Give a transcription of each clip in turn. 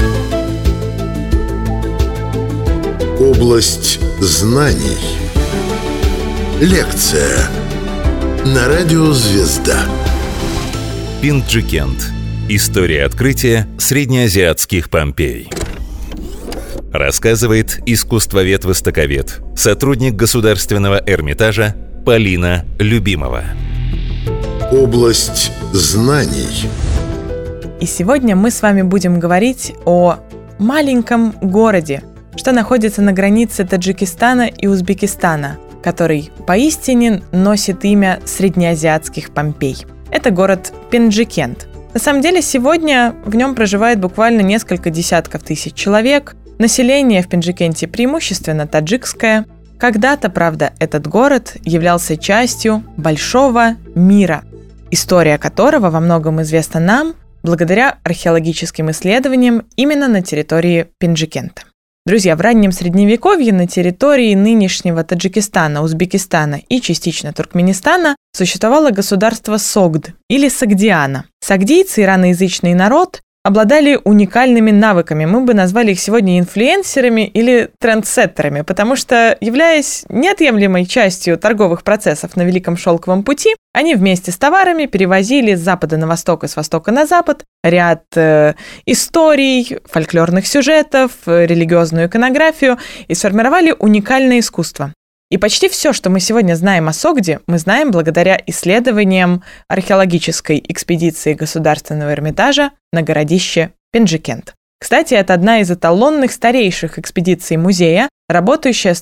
Область знаний. Лекция на радио «Звезда». Пинджикент. История открытия среднеазиатских Помпей. Рассказывает искусствовед-востоковед, сотрудник Государственного Эрмитажа Полина Любимова. Область знаний. И сегодня мы с вами будем говорить о маленьком городе, что находится на границе Таджикистана и Узбекистана, который поистине носит имя среднеазиатских Помпей. Это город Пинджикент. На самом деле сегодня в нем проживает буквально несколько десятков тысяч человек. Население в Пинджикенте преимущественно таджикское. Когда-то, правда, этот город являлся частью большого мира, история которого во многом известна нам благодаря археологическим исследованиям именно на территории Пинджикента. Друзья, в раннем Средневековье на территории нынешнего Таджикистана, Узбекистана и частично Туркменистана существовало государство Согд или Согдиана. Согдийцы, ираноязычный народ, обладали уникальными навыками. Мы бы назвали их сегодня инфлюенсерами или трендсеттерами, потому что, являясь неотъемлемой частью торговых процессов на Великом Шелковом пути, они вместе с товарами перевозили с запада на восток и с востока на запад ряд историй, фольклорных сюжетов, религиозную иконографию и сформировали уникальное искусство. И почти все, что мы сегодня знаем о Согде, мы знаем благодаря исследованиям археологической экспедиции Государственного Эрмитажа на городище Пинджикент. Кстати, это одна из эталонных старейших экспедиций музея, работающая с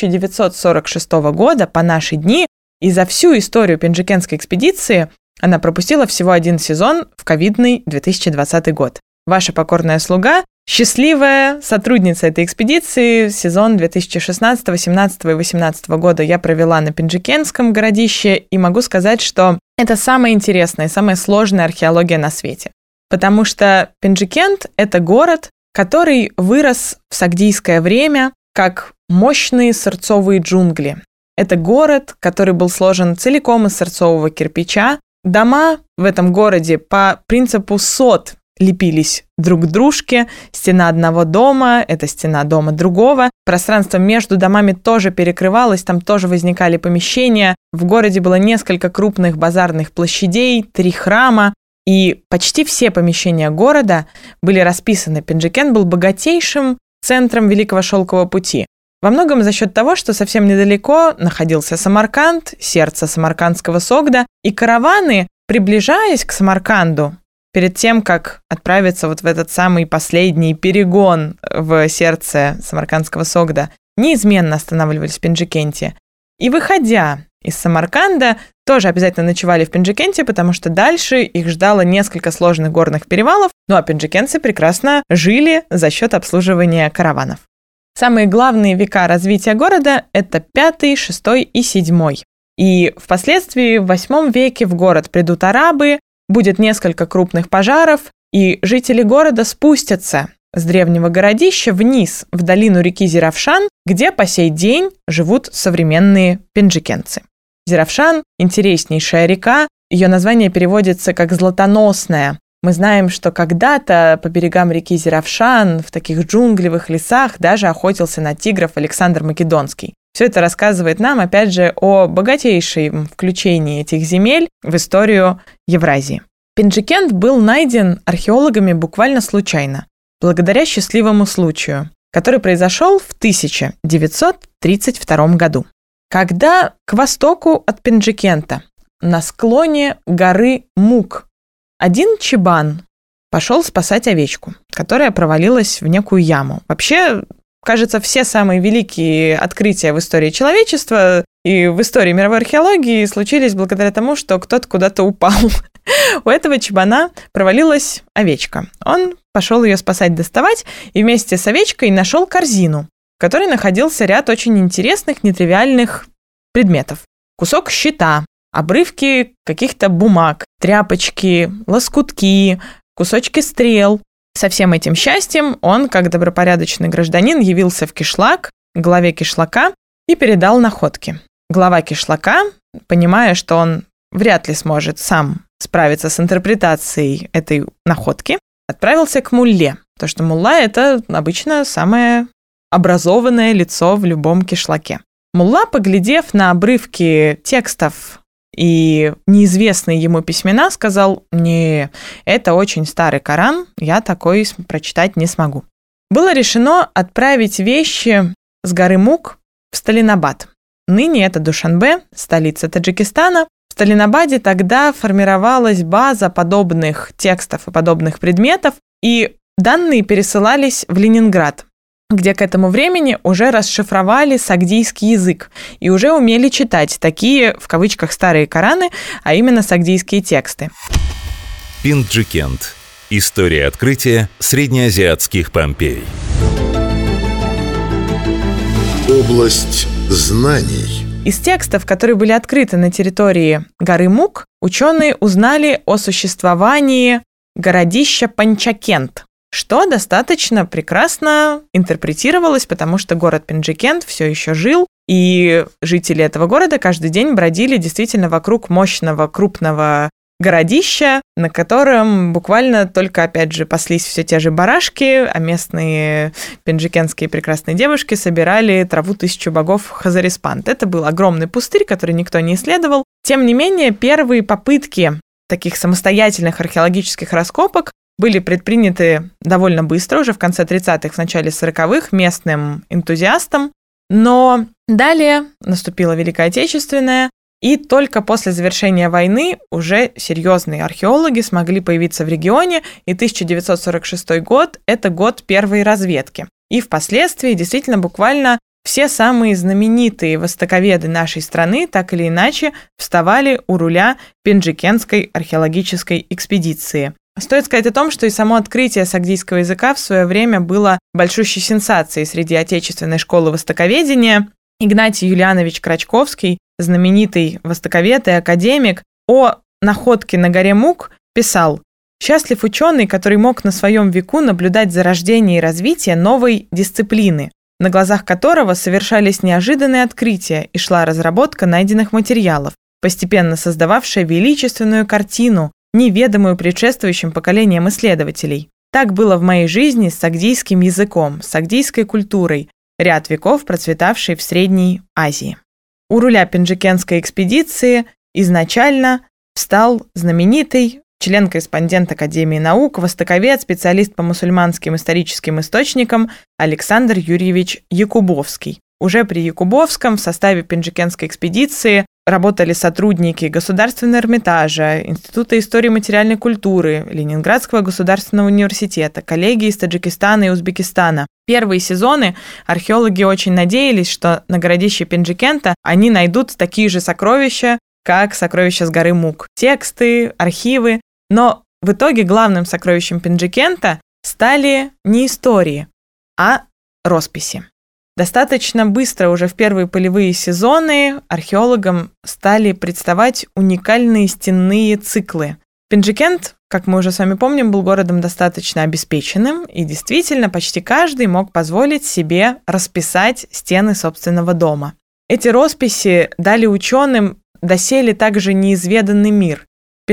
1946 года по наши дни, и за всю историю Пинджикентской экспедиции она пропустила всего один сезон в ковидный 2020 год. Ваша покорная слуга, счастливая сотрудница этой экспедиции, сезон 2016, 2017 и 2018 года я провела на Пинджикентском городище, и могу сказать, что это самая интересная и самая сложная археология на свете. Потому что Пинджикент – это город, который вырос в согдийское время как мощные сырцовые джунгли. Это город, который был сложен целиком из сырцового кирпича. Дома в этом городе по принципу сот лепились друг к дружке. Стена одного дома – это стена дома другого. Пространство между домами тоже перекрывалось, там тоже возникали помещения. В городе было несколько крупных базарных площадей, 3 храма. И почти все помещения города были расписаны. Пинджикент был богатейшим центром Великого Шелкового пути. Во многом за счет того, что совсем недалеко находился Самарканд, сердце самаркандского Согда, и караваны, приближаясь к Самарканду, перед тем, как отправиться вот в этот самый последний перегон в сердце самаркандского Согда, неизменно останавливались в Пинджикенте. И выходя из Самарканда, тоже обязательно ночевали в Пинджикенте, потому что дальше их ждало несколько сложных горных перевалов, ну а пинджикентцы прекрасно жили за счет обслуживания караванов. Самые главные века развития города – это 5, 6 и 7. И впоследствии в 8 веке в город придут арабы, будет несколько крупных пожаров, и жители города спустятся с древнего городища вниз, в долину реки Зиравшан, где по сей день живут современные пинджикентцы. Зиравшан – интереснейшая река, ее название переводится как «златоносная». Мы знаем, что когда-то по берегам реки Зиравшан, в таких джунглевых лесах, даже охотился на тигров Александр Македонский. Все это рассказывает нам, опять же, о богатейшем включении этих земель в историю Евразии. Пинджикент был найден археологами буквально случайно, благодаря счастливому случаю, который произошел в 1932 году. Когда к востоку от Пинджикента, на склоне горы Мук, один чибан пошел спасать овечку, которая провалилась в некую яму. Вообще, кажется, все самые великие открытия в истории человечества и в истории мировой археологии случились благодаря тому, что кто-то куда-то упал. У этого чибана провалилась овечка. Он пошел ее спасать, доставать, и вместе с овечкой нашел корзину, в которой находился ряд очень интересных, нетривиальных предметов. Кусок щита, обрывки каких-то бумаг, тряпочки, лоскутки, кусочки стрел. Со всем этим счастьем он, как добропорядочный гражданин, явился в кишлак, главе кишлака, и передал находки. Глава кишлака, понимая, что он вряд ли сможет сам справиться с интерпретацией этой находки, отправился к мулле, потому что мулла – это обычно самое образованное лицо в любом кишлаке. Мулла, поглядев на обрывки текстов и неизвестные ему письмена, сказал: «Не, это очень старый Коран, я такой прочитать не смогу». Было решено отправить вещи с горы Мук в Сталинабад. Ныне это Душанбе, столица Таджикистана. В Сталинабаде тогда формировалась база подобных текстов и подобных предметов, и данные пересылались в Ленинград, где к этому времени уже расшифровали сагдийский язык и уже умели читать такие, в кавычках, старые Кораны, а именно сагдийские тексты. Пинджикент. История открытия среднеазиатских Помпей. Область знаний. Из текстов, которые были открыты на территории горы Мук, ученые узнали о существовании городища Панчакент, что достаточно прекрасно интерпретировалось, потому что город Пинджикент все еще жил, и жители этого города каждый день бродили действительно вокруг мощного, крупного городища, на котором буквально только, опять же, паслись все те же барашки, а местные пинджикентские прекрасные девушки собирали траву 1000 богов Хазариспанд. Это был огромный пустырь, который никто не исследовал. Тем не менее, первые попытки таких самостоятельных археологических раскопок были предприняты довольно быстро, уже в конце 30-х, в начале 40-х, местным энтузиастом. Но далее наступила Великая Отечественная, и только после завершения войны уже серьезные археологи смогли появиться в регионе, и 1946 год – это год первой разведки. И впоследствии действительно буквально все самые знаменитые востоковеды нашей страны так или иначе вставали у руля Пинджикентской археологической экспедиции. Стоит сказать о том, что и само открытие сагдийского языка в свое время было большущей сенсацией среди отечественной школы востоковедения. Игнатий Юлианович Крачковский, знаменитый востоковед и академик, о находке на горе Мук писал: «Счастлив ученый, который мог на своем веку наблюдать зарождение и развитие новой дисциплины, на глазах которого совершались неожиданные открытия и шла разработка найденных материалов, постепенно создававшая величественную картину, неведомую предшествующим поколениям исследователей. Так было в моей жизни с сагдийским языком, с сагдийской культурой, ряд веков процветавшей в Средней Азии». У руля Пинджикентской экспедиции изначально встал знаменитый член-корреспондент Академии наук, востоковед, специалист по мусульманским историческим источникам Александр Юрьевич Якубовский. Уже при Якубовском в составе Пинджикентской экспедиции работали сотрудники Государственного Эрмитажа, Института истории и материальной культуры, Ленинградского государственного университета, коллеги из Таджикистана и Узбекистана. Первые сезоны археологи очень надеялись, что на городище Пинджикента они найдут такие же сокровища, как сокровища с горы Мук. Тексты, архивы. Но в итоге главным сокровищем Пинджикента стали не истории, а росписи. Достаточно быстро, уже в первые полевые сезоны, археологам стали представать уникальные стенные циклы. Пинджикент, как мы уже с вами помним, был городом достаточно обеспеченным, и действительно почти каждый мог позволить себе расписать стены собственного дома. Эти росписи дали ученым доселе также неизведанный мир.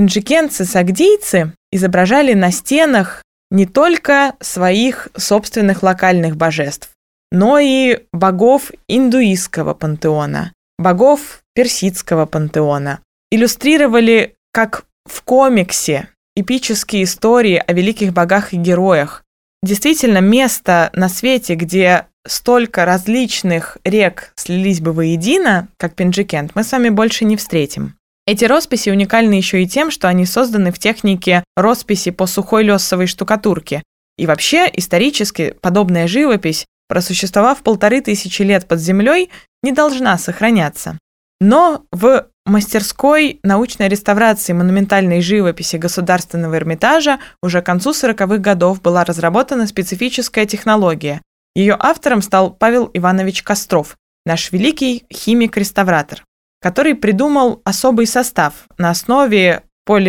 Пинджикентцы-сагдийцы изображали на стенах не только своих собственных локальных божеств, но и богов индуистского пантеона, богов персидского пантеона. Иллюстрировали, как в комиксе, эпические истории о великих богах и героях. Действительно, место на свете, где столько различных рек слились бы воедино, как Пинджикент, мы с вами больше не встретим. Эти росписи уникальны еще и тем, что они созданы в технике росписи по сухой лесовой штукатурке. И вообще, исторически, подобная живопись, просуществовав 1500 лет под землей, не должна сохраняться. Но в мастерской научной реставрации монументальной живописи Государственного Эрмитажа уже к концу 40-х годов была разработана специфическая технология. Ее автором стал Павел Иванович Костров, наш великий химик-реставратор, который придумал особый состав на основе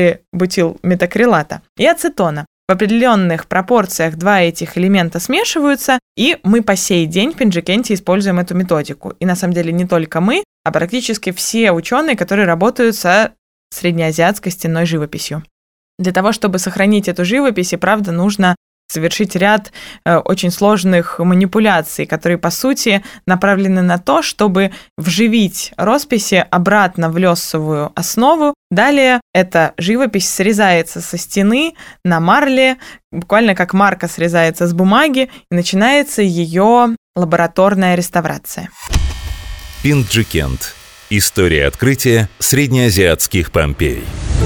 полибутилметакрилата и ацетона. В определенных пропорциях два этих элемента смешиваются, и мы по сей день в Пинджикенте используем эту методику. И на самом деле не только мы, а практически все ученые, которые работают со среднеазиатской стенной живописью. Для того, чтобы сохранить эту живопись, и правда нужно совершить ряд очень сложных манипуляций, которые, по сути, направлены на то, чтобы вживить росписи обратно в лёссовую основу. Далее эта живопись срезается со стены на марле, буквально как марка срезается с бумаги, и начинается ее лабораторная реставрация. Пинджикент. История открытия среднеазиатских Помпей.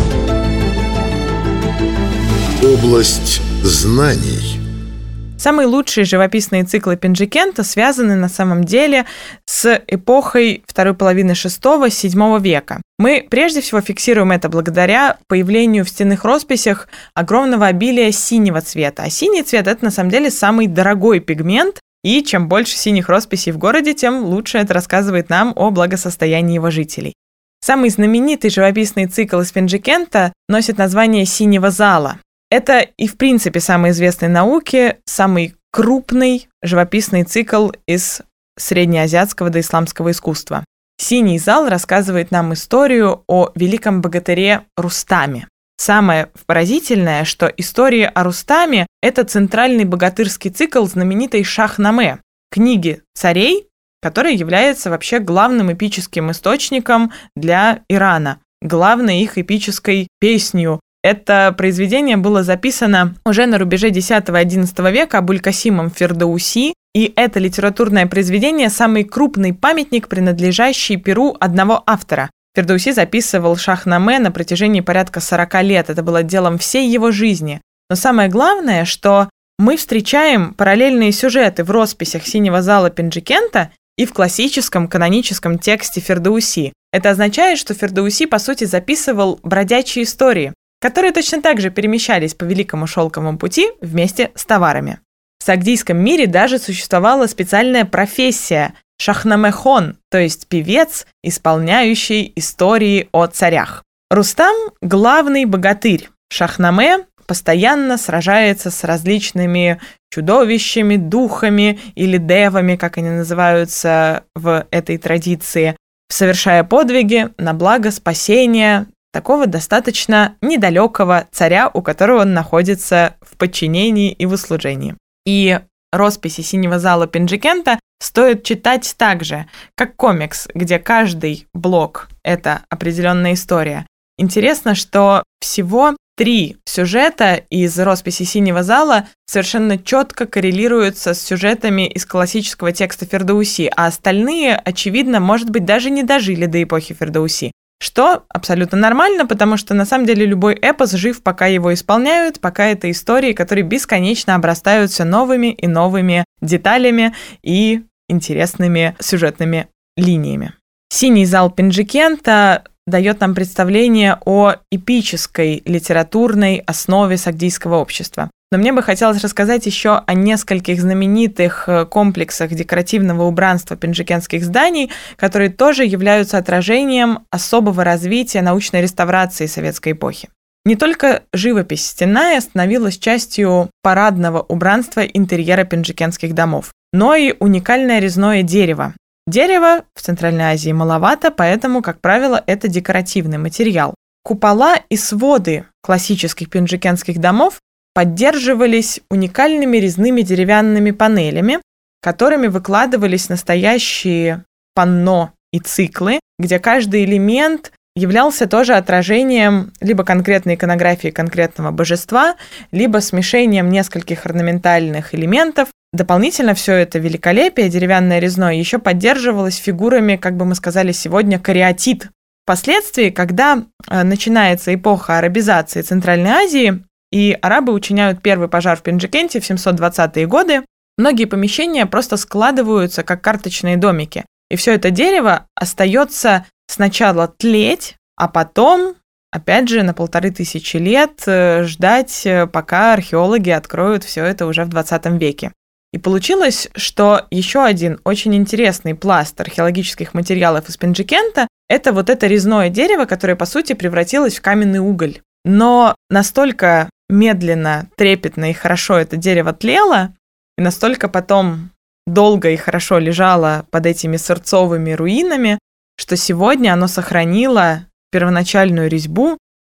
Область знаний. Самые лучшие живописные циклы Пинджикента связаны на самом деле с эпохой второй половины VI-VII века. Мы прежде всего фиксируем это благодаря появлению в стенных росписях огромного обилия синего цвета. А синий цвет – это на самом деле самый дорогой пигмент, и чем больше синих росписей в городе, тем лучше это рассказывает нам о благосостоянии его жителей. Самый знаменитый живописный цикл из Пинджикента носит название «Синего зала». Это и, в принципе, самый известный науке, самый крупный живописный цикл из среднеазиатского до исламского искусства. «Синий зал» рассказывает нам историю о великом богатыре Рустаме. Самое поразительное, что история о Рустаме – это центральный богатырский цикл знаменитой Шахнаме, книги царей, которая является вообще главным эпическим источником для Ирана, главной их эпической песнью. Это произведение было записано уже на рубеже X-XI века Абуль-Касимом Фердауси, и это литературное произведение – самый крупный памятник, принадлежащий перу одного автора. Фердауси записывал Шахнаме на протяжении порядка 40 лет. Это было делом всей его жизни. Но самое главное, что мы встречаем параллельные сюжеты в росписях «Синего зала» Пинджикента и в классическом каноническом тексте Фердауси. Это означает, что Фердауси, по сути, записывал бродячие истории, которые точно так же перемещались по Великому Шелковому пути вместе с товарами. В сагдийском мире даже существовала специальная профессия – шахнамехон, то есть певец, исполняющий истории о царях. Рустам – главный богатырь. Шахнаме постоянно сражается с различными чудовищами, духами или девами, как они называются в этой традиции, совершая подвиги на благо спасения такого достаточно недалекого царя, у которого он находится в подчинении и в услужении. И росписи «Синего зала» Пинджикента стоит читать так же, как комикс, где каждый блок – это определенная история. Интересно, что всего 3 сюжета из росписи «Синего зала» совершенно четко коррелируются с сюжетами из классического текста Фердауси, а остальные, очевидно, может быть, даже не дожили до эпохи Фердауси. Что абсолютно нормально, потому что на самом деле любой эпос жив, пока его исполняют, пока это истории, которые бесконечно обрастают все новыми и новыми деталями и интересными сюжетными линиями. «Синий зал» Пинджикента дает нам представление о эпической литературной основе сагдийского общества. Но мне бы хотелось рассказать еще о нескольких знаменитых комплексах декоративного убранства пинджикентских зданий, которые тоже являются отражением особого развития научной реставрации советской эпохи. Не только живопись стенная становилась частью парадного убранства интерьера пинджикентских домов, но и уникальное резное дерево. Дерева в Центральной Азии маловато, поэтому, как правило, это декоративный материал. Купола и своды классических пинджикентских домов поддерживались уникальными резными деревянными панелями, которыми выкладывались настоящие панно и циклы, где каждый элемент являлся тоже отражением либо конкретной иконографии конкретного божества, либо смешением нескольких орнаментальных элементов. Дополнительно все это великолепие деревянное резное еще поддерживалось фигурами, как бы мы сказали сегодня, кариатид. Впоследствии, когда начинается эпоха арабизации Центральной Азии, и арабы учиняют первый пожар в Пинджикенте в 720-е годы, многие помещения просто складываются как карточные домики. И все это дерево остается сначала тлеть, а потом, опять же, на 1500 лет ждать, пока археологи откроют все это уже в 20 веке. И получилось, что еще один очень интересный пласт археологических материалов из Пинджикента – это вот это резное дерево, которое, по сути, превратилось в каменный уголь. Но настолько медленно, трепетно и хорошо это дерево тлело, и настолько потом долго и хорошо лежало под этими сырцовыми руинами, что сегодня оно сохранило первоначальную резьбу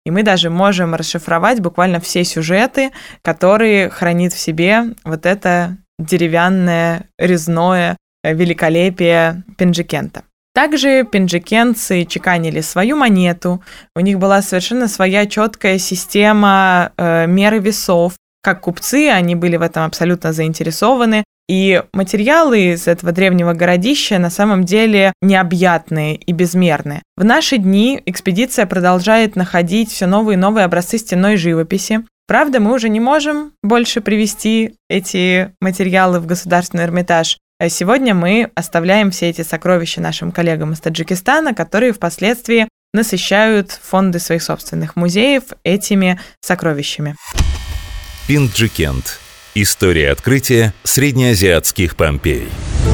и мы даже можем расшифровать буквально все сюжеты, которые хранит в себе вот это деревянное, резное великолепие пенджикента. Также пенджикенцы чеканили свою монету, у них была совершенно своя четкая система меры весов. Как купцы, они были в этом абсолютно заинтересованы, и материалы из этого древнего городища на самом деле необъятные и безмерные. В наши дни экспедиция продолжает находить все новые и новые образцы стенной живописи. Правда, мы уже не можем больше привезти эти материалы в Государственный Эрмитаж. А сегодня мы оставляем все эти сокровища нашим коллегам из Таджикистана, которые впоследствии насыщают фонды своих собственных музеев этими сокровищами. Пенджикент. История открытия среднеазиатских Помпей.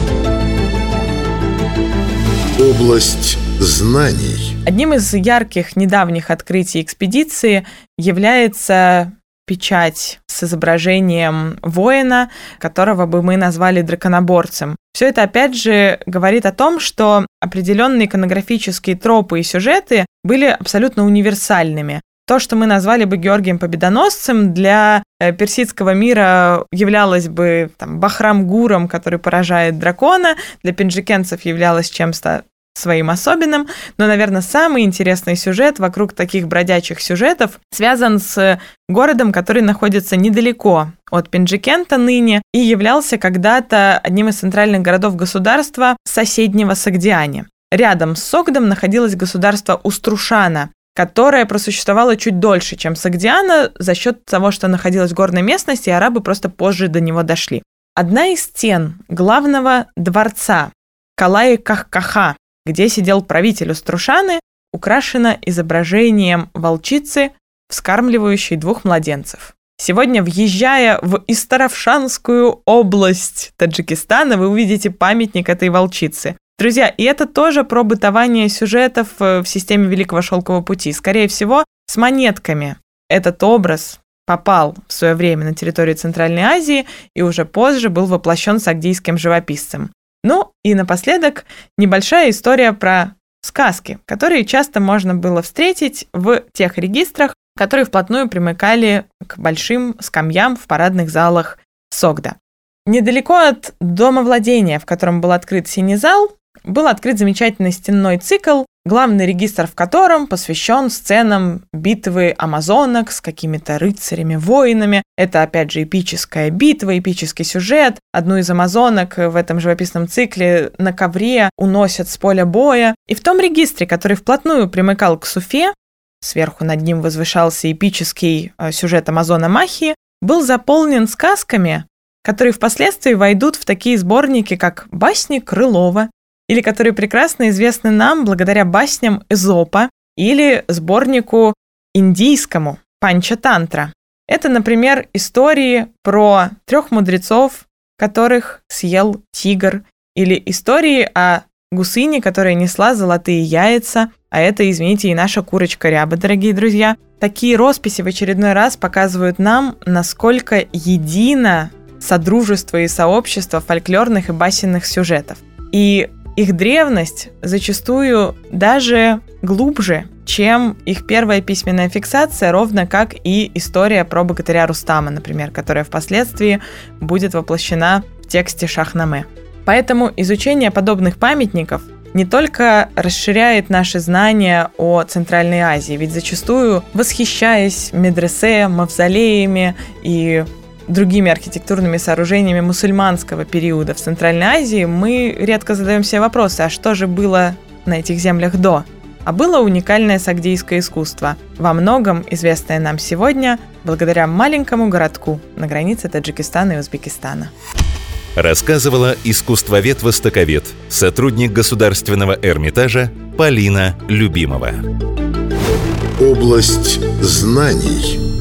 Область знаний. Одним из ярких недавних открытий экспедиции является печать с изображением воина, которого бы мы назвали драконоборцем. Все это, опять же, говорит о том, что определенные иконографические тропы и сюжеты были абсолютно универсальными. То, что мы назвали бы Георгием Победоносцем, для персидского мира являлось бы Бахрам-Гуром, который поражает дракона, для пенджикенцев являлось чем-то своим особенным, но, наверное, самый интересный сюжет вокруг таких бродячих сюжетов связан с городом, который находится недалеко от Пенджикента ныне и являлся когда-то одним из центральных городов государства соседнего Согдиане. Рядом с Согдом находилось государство Уструшана, которое просуществовало чуть дольше, чем Согдиана, за счет того, что находилось в горной местности, и арабы просто позже до него дошли. Одна из стен главного дворца Калаи-Кахкаха, где сидел правитель Уструшаны, украшена изображением волчицы, вскармливающей 2 младенцев. Сегодня, въезжая в Истаравшанскую область Таджикистана, вы увидите памятник этой волчицы. Друзья, и это тоже про бытование сюжетов в системе Великого Шелкового пути. Скорее всего, с монетками этот образ попал в свое время на территорию Центральной Азии и уже позже был воплощен сагдийским живописцем. Ну и напоследок небольшая история про сказки, которые часто можно было встретить в тех регистрах, которые вплотную примыкали к большим скамьям в парадных залах Согда. Недалеко от домовладения, в котором был открыт синий зал, был открыт замечательный стенной цикл, главный регистр в котором посвящен сценам битвы амазонок с какими-то рыцарями, воинами. Это, опять же, эпическая битва, эпический сюжет. Одну из амазонок в этом живописном цикле на ковре уносят с поля боя. И в том регистре, который вплотную примыкал к Суфе, сверху над ним возвышался эпический сюжет Амазона Махии, был заполнен сказками, которые впоследствии войдут в такие сборники, как «Басни Крылова», или которые прекрасно известны нам благодаря басням Эзопа, или сборнику индийскому «Панчатантра». Это, например, истории про 3 мудрецов, которых съел тигр, или истории о гусыне, которая несла золотые яйца, а это, извините, и наша курочка Ряба, дорогие друзья. Такие росписи в очередной раз показывают нам, насколько едино содружество и сообщество фольклорных и басенных сюжетов. И их древность зачастую даже глубже, чем их первая письменная фиксация, ровно как и история про богатыря Рустама, например, которая впоследствии будет воплощена в тексте Шахнаме. Поэтому изучение подобных памятников не только расширяет наши знания о Центральной Азии, ведь зачастую, восхищаясь медресе, мавзолеями и другими архитектурными сооружениями мусульманского периода в Центральной Азии, мы редко задаем себе вопросы, а что же было на этих землях до? А было уникальное сагдийское искусство, во многом известное нам сегодня благодаря маленькому городку на границе Таджикистана и Узбекистана. Рассказывала искусствовед-востоковед, сотрудник Государственного Эрмитажа Полина Любимова. Область знаний.